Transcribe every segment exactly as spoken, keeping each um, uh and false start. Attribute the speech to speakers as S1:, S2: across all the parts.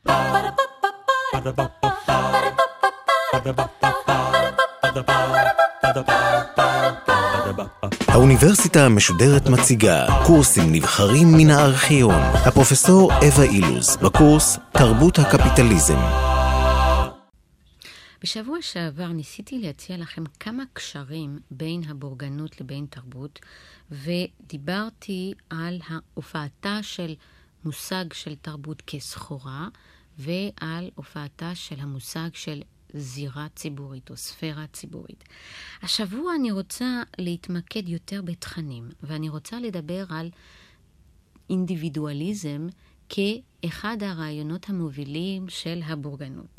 S1: האוניברסיטה המשודרת מציגה קורסים נבחרים מן הארכיון. הפרופסור אווה אילוז בקורס תרבות הקפיטליזם.
S2: בשבוע שעבר ניסיתי להציע לכם כמה קשרים בין הבורגנות לבין תרבות, ודיברתי על ההופעתה של מושג של תרבות כסחורה, ועל הופעתה של המושג של זירה ציבורית או ספירה ציבורית. השבוע אני רוצה להתמקד יותר בתכנים, ואני רוצה לדבר על אינדיבידואליזם כאחד הרעיונות המובילים של הבורגנות.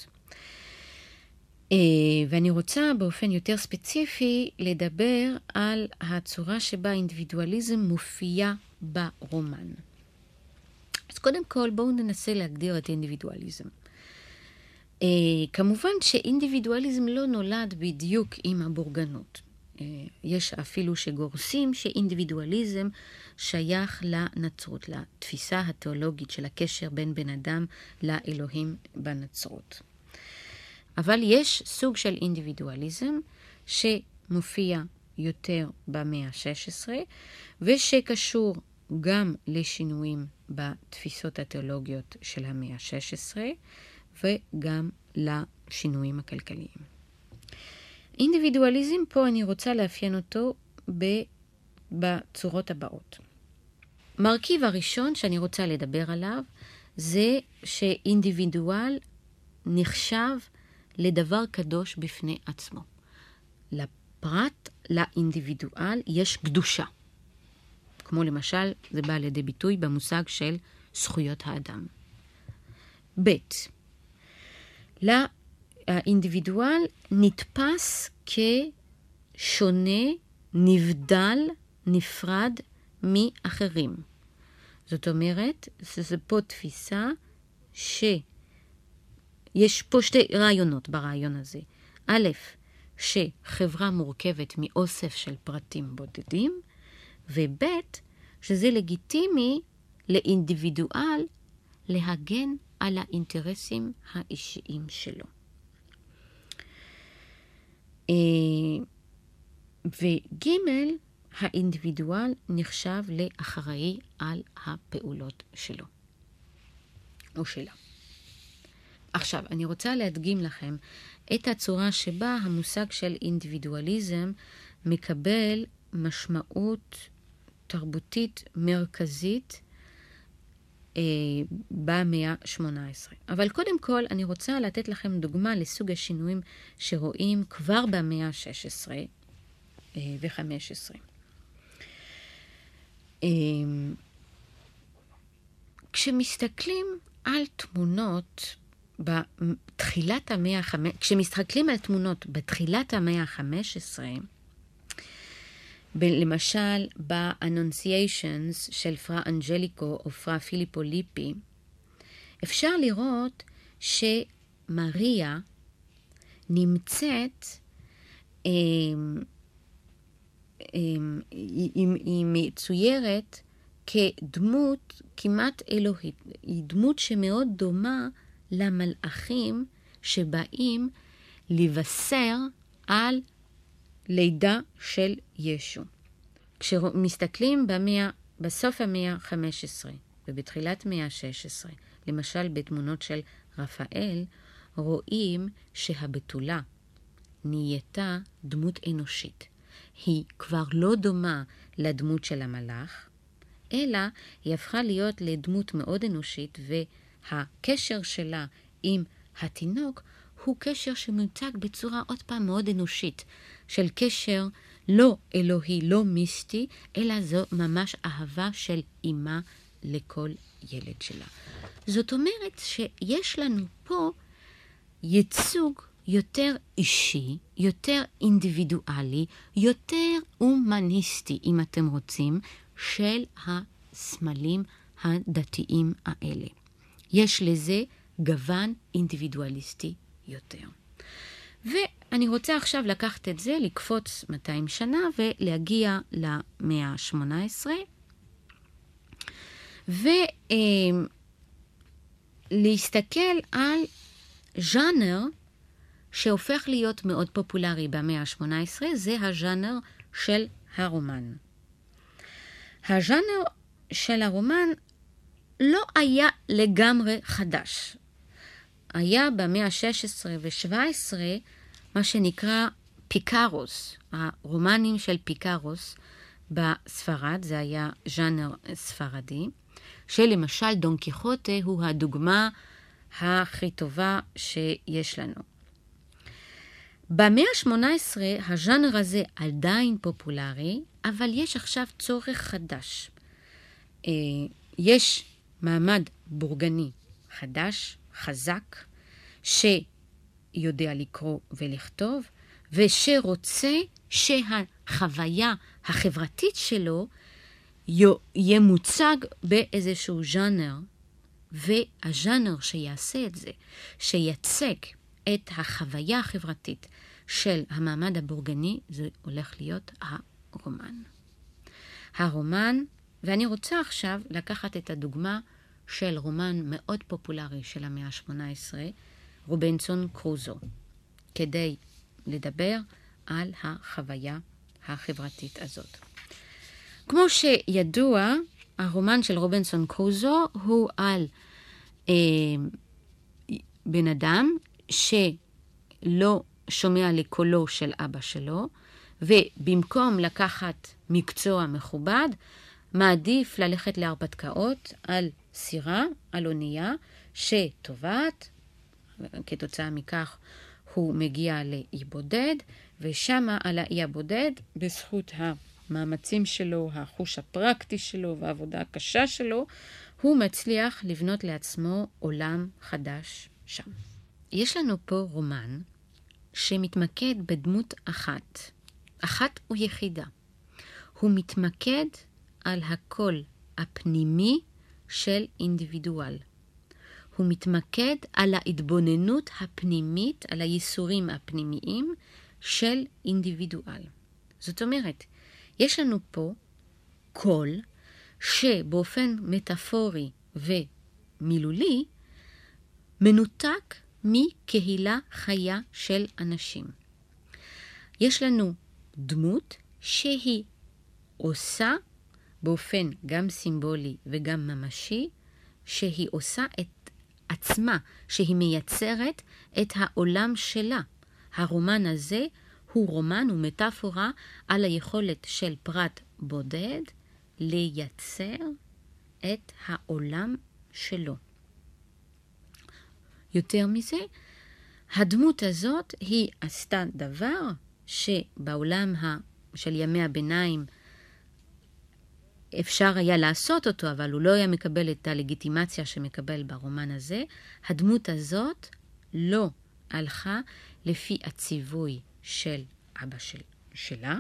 S2: ואני רוצה באופן יותר ספציפי לדבר על הצורה שבה אינדיבידואליזם מופיע ברומן. אז קודם כל בואו ננסה להגדיר את אינדיבידואליזם. Uh, כמובן שאינדיבידואליזם לא נולד בדיוק עם הבורגנות. Uh, יש אפילו שגורסים שאינדיבידואליזם שייך לנצרות, לתפיסה התיאולוגית של הקשר בין בן אדם לאלוהים בנצרות. אבל יש סוג של אינדיבידואליזם שמופיע יותר במאה ה-שש עשרה, ושקשור גם לשינויים בתפיסות התיאולוגיות של המאה ה-שש עשרה, וגם לשינויים הכלכליים. אינדיבידואליזם פה אני רוצה לאפיין אותו בצורות הבאות. מרכיב הראשון שאני רוצה לדבר עליו זה שאינדיבידואל נחשב לדבר קדוש בפני עצמו. לפרט, לאינדיבידואל יש קדושה. כמו למשל, זה בא לידי ביטוי במושג של זכויות האדם. ב' לאינדיבידואל נתפס כשונה, נבדל, נפרד מאחרים. זאת אומרת, זו פה תפיסה שיש פה שתי רעיונות ברעיון הזה. א', שחברה מורכבת מאוסף של פרטים בודדים, וב', שזה לגיטימי לאינדיבידואל להגן על האינטרסים האישיים שלו. וג' האינדיבידואל נחשב לאחראי על הפעולות שלו או שלה. עכשיו, אני רוצה להדגים לכם את הצורה שבה המושג של אינדיבידואליזם מקבל משמעות תרבותית מרכזית במאה ה-שמונה עשרה. אבל קודם כל אני רוצה לתת לכם דוגמה לסוג השינויים שרואים כבר במאה ה-שש עשרה ו-חמש עשרה. כשמסתכלים על תמונות בתחילת המאה ה-חמש עשרה, כשמסתכלים על תמונות בתחילת המאה ה-חמש עשרה, למשל ב-Annunciations של פרה אנג'ליקו או פרה פיליפו ליפי, אפשר לראות שמריה נמצאת, אה, אה, היא, היא מצוירת כדמות כמעט אלוהית. היא דמות שמאוד דומה למלאכים שבאים לבשר על לידה של ישו. כשמסתכלים במאה, בסוף המאה ה-חמש עשרה ובתחילת המאה ה-שש עשרה, למשל בתמונות של רפאל, רואים שהבתולה נהייתה דמות אנושית. היא כבר לא דומה לדמות של המלאך, אלא היא הפכה להיות לדמות מאוד אנושית, והקשר שלה עם התינוק הוא קשר שמוצג בצורה עוד פעם מאוד אנושית, של קשר לא אלוהי, לא מיסטי, אלא זו ממש אהבה של אימא לכל ילד שלה. זאת אומרת שיש לנו פה ייצוג יותר אישי, יותר אינדיבידואלי, יותר אומניסטי, אם אתם רוצים, של הסמלים הדתיים האלה. יש לזה גוון אינדיבידואליסטי יותר. ואני רוצה עכשיו לקחת את זה, לקפוץ מאתיים שנה ולהגיע למאה ה-שמונה עשרה. להסתכל על ז'אנר שהופך להיות מאוד פופולרי במאה ה-שמונה עשרה, זה הז'אנר של הרומן. הז'אנר של הרומן לא היה לגמרי חדש. היה במאה ה-שש עשרה ו-שבע עשרה מה שנקרא פיקארוס, הרומנים של פיקארוס בספרד, זה היה ז'אנר ספרדי, שלמשל דון קיחוטה הוא הדוגמה הכי טובה שיש לנו. במאה ה-שמונה עשרה הז'אנר הזה עדיין פופולרי, אבל יש עכשיו צורך חדש. יש מעמד בורגני חדש, חזק, שיודע לקרוא ולכתוב, ושרוצה שהחוויה החברתית שלו יהיה מוצג באיזשהו ז'אנר, והז'אנר שיעשה את זה, שייצג את החוויה החברתית של המעמד הבורגני, זה הולך להיות הרומן. הרומן, ואני רוצה עכשיו לקחת את הדוגמה של רומן מאוד פופולרי של המאה ה-שמונה עשרה, רובינסון קרוזו, כדי לדבר על החוויה החברתית הזאת. כמו שידוע, הרומן של רובינסון קרוזו הוא על אה, בן אדם שלא שומע לקולו של אבא שלו, ובמקום לקחת מקצוע מכובד, מעדיף ללכת להרפתקאות על סירה, על אונייה, שטובעת, כתוצאה מכך הוא מגיע לאי בודד, ושם על האי הבודד, בזכות המאמצים שלו, החוש הפרקטי שלו והעבודה הקשה שלו, הוא מצליח לבנות לעצמו עולם חדש שם. יש לנו פה רומן שמתמקד בדמות אחת, אחת ויחידה. הוא מתמקד על הקול הפנימי של אינדיבידואל. הוא מתמקד על ההתבוננות הפנימית, על הייסורים הפנימיים של אינדיבידואל. זאת אומרת, יש לנו פה קול שבאופן מטאפורי ומילולי מנותק מקהילה חיה של אנשים. יש לנו דמות שהיא עושה באופן גם סימבולי וגם ממשי, שהיא עושה את עצמה, שהיא מייצרת את העולם שלה. הרומן הזה הוא רומן ומטאפורה על היכולת של פרט בודד לייצר את העולם שלו. יותר מזה, הדמות הזאת היא עשתה דבר שבעולם של ימי הביניים אפשר היה לעשות אותו, אבל הוא לא היה מקבל את הלגיטימציה שמקבל ברומן הזה. הדמות הזאת לא הלכה לפי הציווי של אבא של, שלה.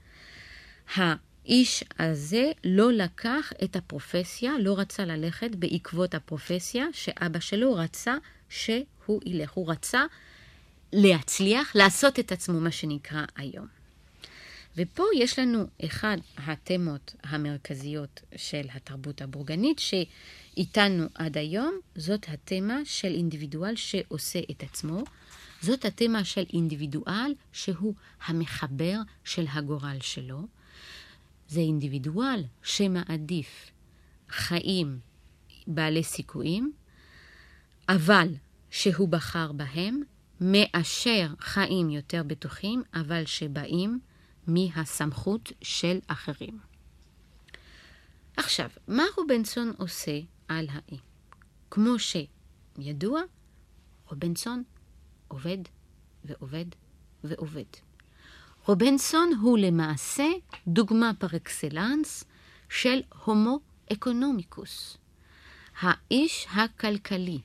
S2: האיש הזה לא לקח את הפרופסיה, לא רצה ללכת בעקבות הפרופסיה שאבא שלו רצה שהוא ילך. הוא רצה להצליח, לעשות את עצמו מה שנקרא היום. ופה יש לנו אחד התמות המרכזיות של התרבות הבורגנית שאיתנו עד היום, זאת התמה של אינדיבידואל שעושה את עצמו, זאת התמה של אינדיבידואל שהוא המחבר של הגורל שלו. זה אינדיבידואל שמעדיף חיים בעלי סיכויים, אבל שהוא בחר בהם, מאשר חיים יותר בטוחים, אבל שבאים מהסמכות של אחרים. עכשיו, מה רובינסון עושה על האי? כמו שידוע, רובינסון עובד ועובד ועובד. רובינסון הוא למעשה דוגמה פר אקסלנס של הומו אקונומיקוס. האיש הכלכלי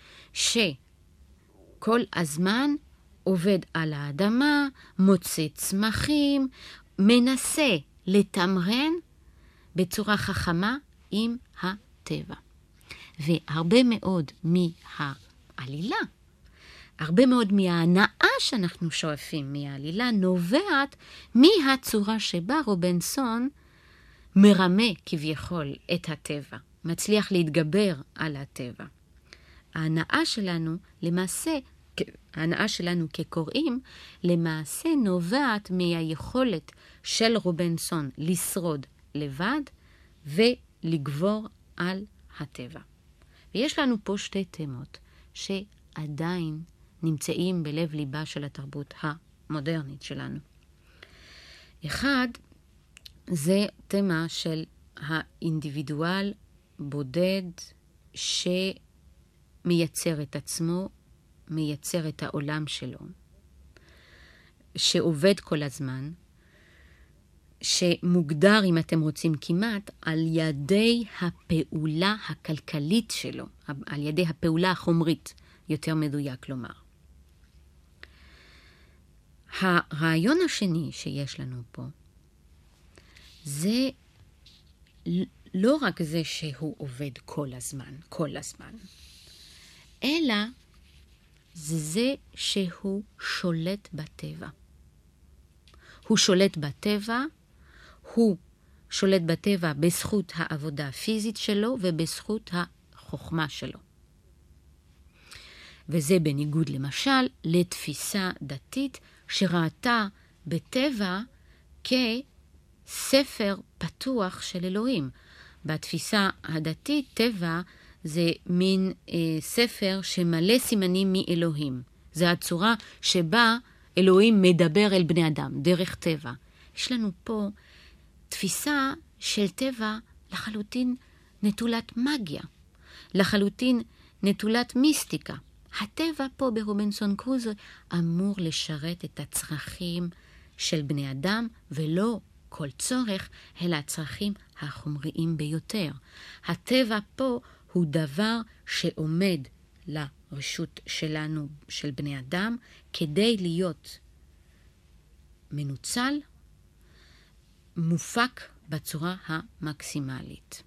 S2: שכל הזמן עובד על האדמה, מוצא צמחים, מנסה לתמרן בצורה חכמה עם הטבע. והרבה מאוד מהעלילה, הרבה מאוד מההנאה שאנחנו שואפים מהעלילה, נובעת מהצורה שבה רובינסון מרמה כביכול את הטבע, מצליח להתגבר על הטבע. ההנאה שלנו, למעשה, ההנאה שלנו כקוראים, למעשה נובעת מהיכולת של רובינסון לשרוד לבד ולגבור על הטבע. ויש לנו פה שתי תמות שעדיין נמצאים בלב ליבה של התרבות המודרנית שלנו. אחד, זה תמה של האינדיבידואל בודד שמייצר את עצמו, מייצר את העולם שלו, שעובד כל הזמן, שמוגדר, אם אתם רוצים כמעט, על ידי הפעולה הכלכלית שלו, על ידי הפעולה החומרית, יותר מדויק לומר. הרעיון השני שיש לנו פה, זה לא רק זה שהוא עובד כל הזמן, כל הזמן, אלא זה זה שהוא שולט בטבע. הוא שולט בטבע, הוא שולט בטבע בזכות העבודה הפיזית שלו ובזכות החוכמה שלו. וזה בניגוד למשל לתפיסה דתית שראתה בטבע כספר פתוח של אלוהים. בתפיסה הדתית טבע זה מין אה, ספר שמלא סימנים מאלוהים. זה הצורה שבה אלוהים מדבר אל בני אדם, דרך טבע. יש לנו פה תפיסה של טבע לחלוטין נטולת מגיה, לחלוטין נטולת מיסטיקה. הטבע פה ברובינסון קרוזו אמור לשרת את הצרכים של בני אדם, ולא כל צורך, אלא הצרכים החומריים ביותר. הטבע פה הוא דבר שעומד לרשות שלנו, של בני אדם, כדי להיות מנוצל, מופק בצורה המקסימלית.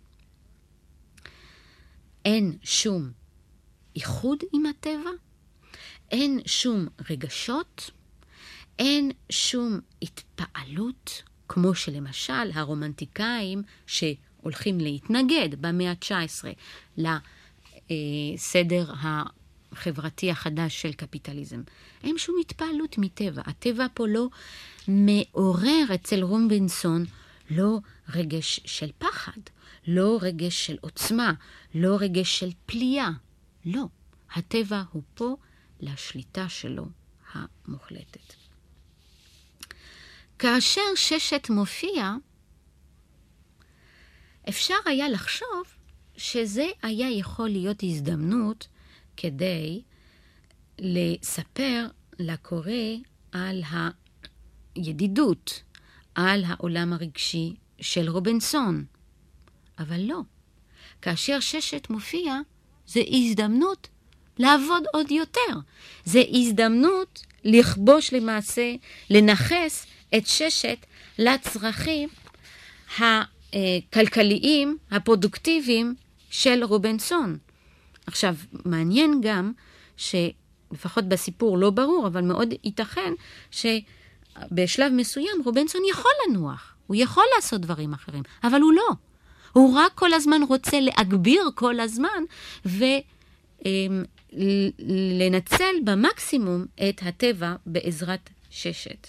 S2: אין שום איחוד עם הטבע, אין שום רגשות, אין שום התפעלות, כמו שלמשל הרומנטיקאים שהולכים להתנגד במאה ה-תשע עשרה לסדר החברתי החדש של קפיטליזם. אין שום התפעלות מטבע. הטבע פה לא מעורר אצל רובינסון לא רגש של פחד, לא רגש של עוצמה, לא רגש של פליאה. לא. הטבע הוא פה לשליטה שלו המוחלטת. כאשר ששת מופיע, אפשר היה לחשוב שזה היה יכול להיות הזדמנות כדי לספר לקורא על הידידות, על העולם הרגשי של רובינסון. אבל לא. כאשר ששת מופיע, זה הזדמנות לעבוד עוד יותר. זה הזדמנות לכבוש למעשה, לנחס את ששת לצרכים הכלכליים, הפרודוקטיביים של רובינסון. עכשיו, מעניין גם שלפחות בסיפור לא ברור, אבל מאוד ייתכן שבשלב מסוים רובינסון יכול לנוח. הוא יכול לעשות דברים אחרים, אבל הוא לא. הוא רק כל הזמן רוצה להגביר כל הזמן ולנצל במקסימום את הטבע בעזרת ששת.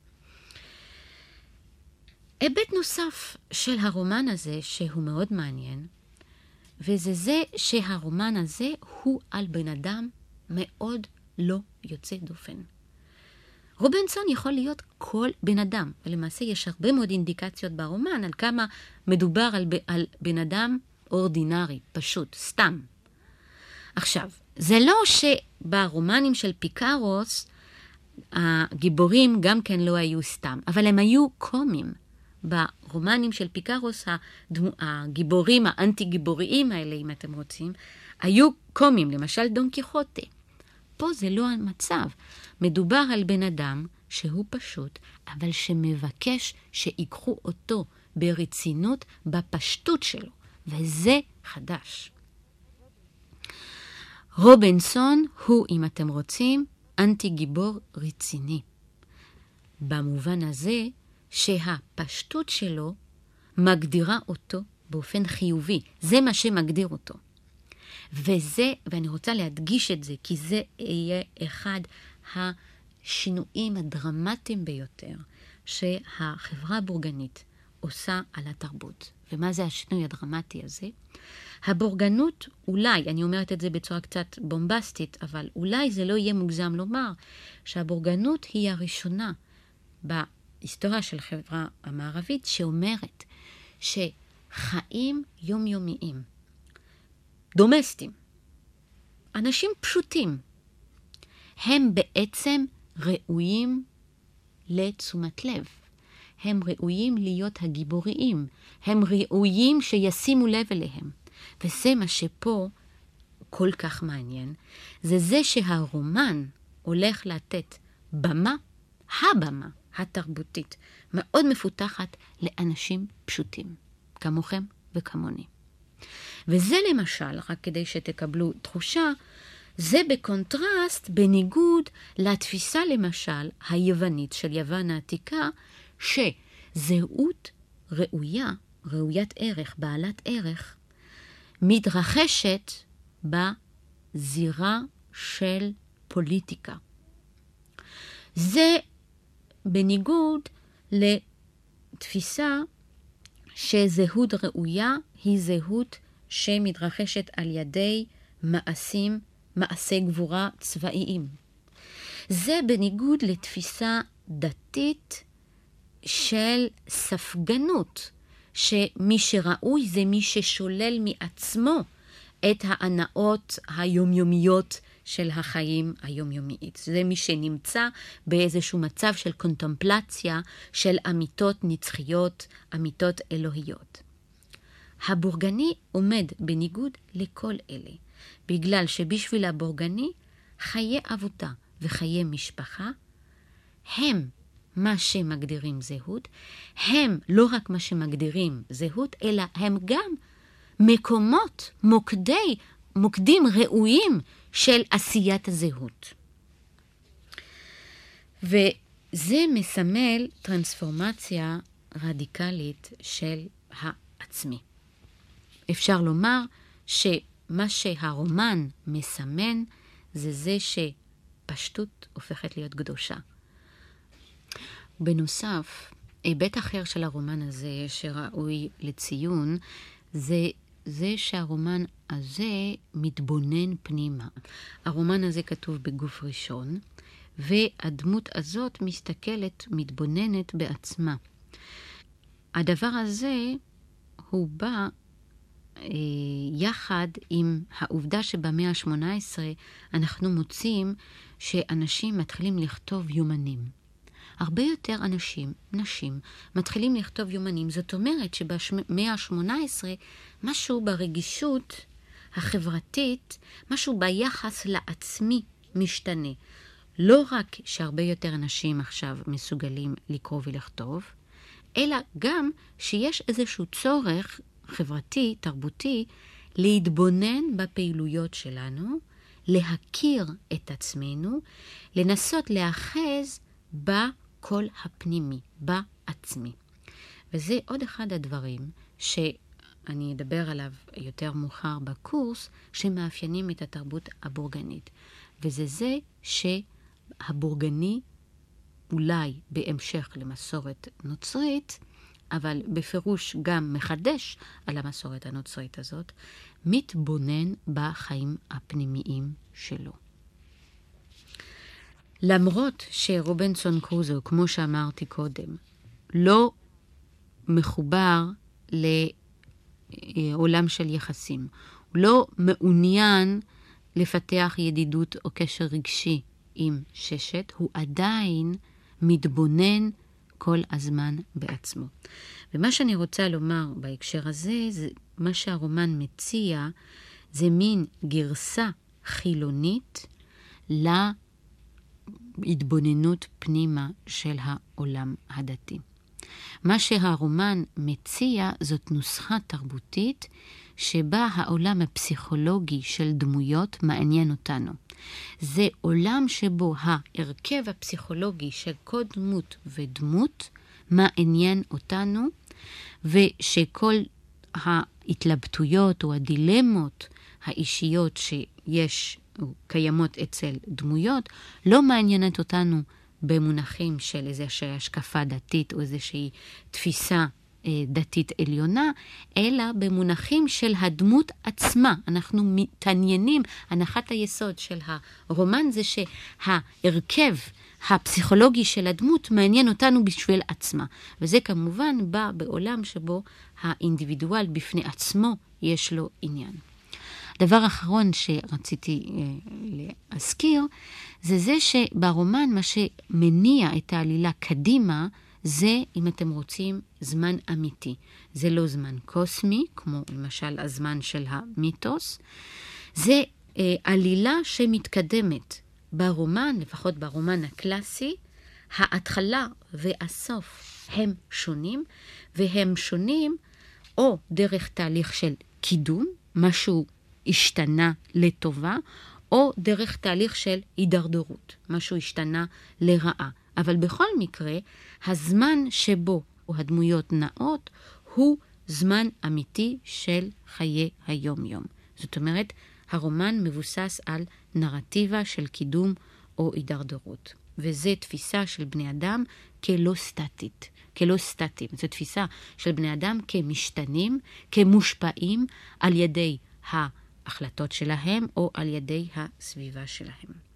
S2: היבט נוסף של הרומן הזה שהוא מאוד מעניין, וזה זה שהרומן הזה הוא על בן אדם מאוד לא יוצא דופן. רובינסון יכול להיות כל בן אדם, ולמעשה יש הרבה מאוד אינדיקציות ברומן על כמה מדובר על, ב, על בן אדם אורדינרי, פשוט, סתם. עכשיו, זה לא שברומנים של פיקארוס הגיבורים גם כן לא היו סתם, אבל הם היו קומיים. ברומנים של פיקארוס הדמו, הגיבורים, האנטי-גיבוריים האלה, אם אתם רוצים, היו קומיים, למשל דון קיחוטה. פה זה לא המצב. מדובר על בן אדם שהוא פשוט, אבל שמבקש שיקחו אותו ברצינות בפשטות שלו, וזה חדש. רובינסון הוא, אם אתם רוצים, אנטי גיבור רציני. במובן הזה שהפשטות שלו מגדירה אותו באופן חיובי. זה מה שמגדיר אותו. וזה, ואני רוצה להדגיש את זה, כי זה יהיה אחד השינויים הדרמטיים ביותר שהחברה הבורגנית עושה על התרבות. ומה זה השינוי הדרמטי הזה? הבורגנות, אולי, אני אומרת את זה בצורה קצת בומבסטית, אבל אולי זה לא יהיה מוגזם לומר שהבורגנות היא הראשונה בהיסטוריה של חברה המערבית שאומרת שחיים יומיומיים, דומסטיים, אנשים פשוטים, הם בעצם ראויים לתשומת לב. הם ראויים להיות הגיבוריים. הם ראויים שישימו לב אליהם. וזה מה שפה כל כך מעניין. זה זה שהרומן הולך לתת במה, הבמה התרבותית, מאוד מפותחת לאנשים פשוטים, כמוכם וכמוני. וזה למשל, רק כדי שתקבלו תחושה, זה בקונטרסט, בניגוד לתפיסה למשל היוונית של יוון העתיקה, שזהות ראויה, ראוית ערך, בעלת ערך, מתרחשת בזירה של פוליטיקה. זה בניגוד לתפיסה שזהות ראויה היא זהות שמתרחשת על ידי מעשים, מעשי גבורה צבאיים. זה בניגוד לתפיסה דתית של ספגנות, שמי שראוי זה מי ששולל מעצמו את ההנאות היומיומיות של החיים היומיומיים. זה מי שנמצא באיזשהו מצב של קונטמפלציה של אמיתות נצחיות, אמיתות אלוהיות. הבורגני עומד בניגוד לכל אלה, בגלל שבשביל הבורגני חיי עבודה וחיי משפחה הם מה שמגדירים זהות, הם לא רק מה שמגדירים זהות, אלא הם גם מקומות, מוקדי, מוקדים ראויים של עשיית הזהות. וזה מסמל טרנספורמציה רדיקלית של העצמי. אפשר לומר שמה שהרומן מסמן זה זה שפשטות הופכת להיות קדושה. בנוסף, היבט אחר של הרומן הזה שראוי לציון, זה זה שהרומן הזה מתבונן פנימה. הרומן הזה כתוב בגוף ראשון, והדמות הזאת מסתכלת, מתבוננת בעצמה. הדבר הזה הוא בא אה, יחד עם העובדה שבמאה ה-שמונה עשרה אנחנו מוצאים שאנשים מתחילים לכתוב יומנים. הרבה יותר אנשים, נשים, מתחילים לכתוב יומנים. זאת אומרת שבמאה ה-שמונה עשרה משהו ברגישות החברתית, משהו ביחס לעצמי משתנה. לא רק שהרבה יותר אנשים עכשיו מסוגלים לקרוא ולכתוב, אלא גם שיש איזשהו צורך חברתי, תרבותי, להתבונן בפעילויות שלנו, להכיר את עצמנו, לנסות לאחז בקול הפנימי, בעצמי. וזה עוד אחד הדברים שאני אדבר עליו יותר מאוחר בקורס, שמאפיינים את התרבות הבורגנית. וזה זה שהבורגני, אולי בהמשך למסורת נוצרית, אבל בפירוש גם מחדש על המסורת הנוצרית הזאת, מתבונן בחיים הפנימיים שלו. למרות שרובינסון קרוזו, כמו שאמרתי קודם, לא מחובר לעולם של יחסים, הוא לא מעוניין לפתח ידידות או קשר רגשי עם ששת, הוא עדיין מתבונן כל הזמן בעצמו. ומה שאני רוצה לומר בהקשר הזה, זה מה שהרומן מציע, זה מין גרסה חילונית להתבוננות פנימה של העולם הדתי. מה שהרומן מציע זאת נוסחה תרבותית שבה העולם הפסיכולוגי של דמויות מעניין אותנו. זה עולם שבו ההרכב הפסיכולוגי של כל דמות ודמות מעניין אותנו, ושכל ההתלבטויות או הדילמות האישיות שיש קיימות אצל דמויות, לא מעניינת אותנו במונחים של איזושהי השקפה דתית או איזושהי תפיסה דתית עליונה, אלא במונחים של הדמות עצמה. אנחנו מתעניינים, הנחת היסוד של הרומן זה שההרכב הפסיכולוגי של הדמות מעניין אותנו בשביל עצמה. וזה כמובן בא בעולם שבו האינדיבידואל בפני עצמו יש לו עניין. דבר אחרון שרציתי אה, להזכיר, זה זה שברומן מה שמניע את העלילה קדימה, זה, אם אתם רוצים, זמן אמיתי. זה לא זמן קוסמי, כמו למשל הזמן של המיתוס. זה אה, עלילה שמתקדמת ברומן, לפחות ברומן הקלאסי. ההתחלה והסוף הם שונים, והם שונים או דרך תהליך של קידום, משהו השתנה לטובה, או דרך תהליך של הידרדרות, משהו השתנה לרעה. אבל בכל מקרה, הזמן שבו הדמויות נעות הוא זמן אמיתי של חיי היום-יום. זאת אומרת, הרומן מבוסס על נרטיבה של קידום או הידרדרות. וזו תפיסה של בני אדם כלא סטטית, כלא סטטיים. זו תפיסה של בני אדם כמשתנים, כמושפעים על ידי ההחלטות שלהם או על ידי הסביבה שלהם.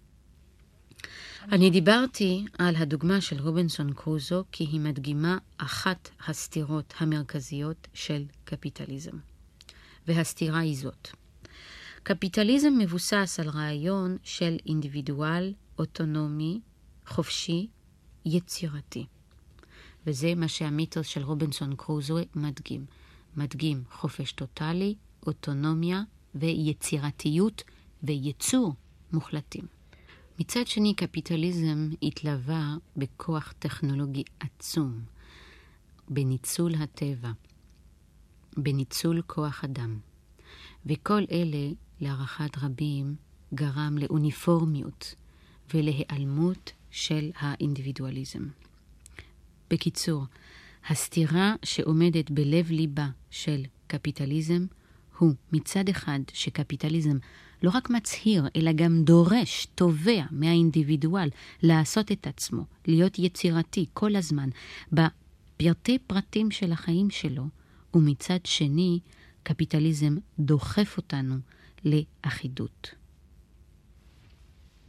S2: אני דיברתי על הדוגמה של רובינסון קרוזו כי היא מדגימה אחת הסתירות המרכזיות של קפיטליזם. והסתירה היא זאת. קפיטליזם מבוסס על רעיון של אינדיבידואל, אוטונומי, חופשי, יצירתי. וזה מה שהמיתוס של רובינסון קרוזו מדגים. מדגים חופש טוטלי, אוטונומיה ויצירתיות ויצור מוחלטים. מצד שני, קפיטליזם התלווה בכוח טכנולוגי עצום, בניצול הטבע, בניצול כוח אדם. וכל אלה, להערכת רבים, גרם לאוניפורמיות ולהיעלמות של האינדיבידואליזם. בקיצור, הסתירה שעומדת בלב ליבה של קפיטליזם הוא מצד אחד שקפיטליזם לא רק מצהיר, אלא גם דורש, תובע מהאינדיבידואל לעשות את עצמו, להיות יצירתי כל הזמן בפרטי פרטים של החיים שלו, ומצד שני, קפיטליזם דוחף אותנו לאחידות.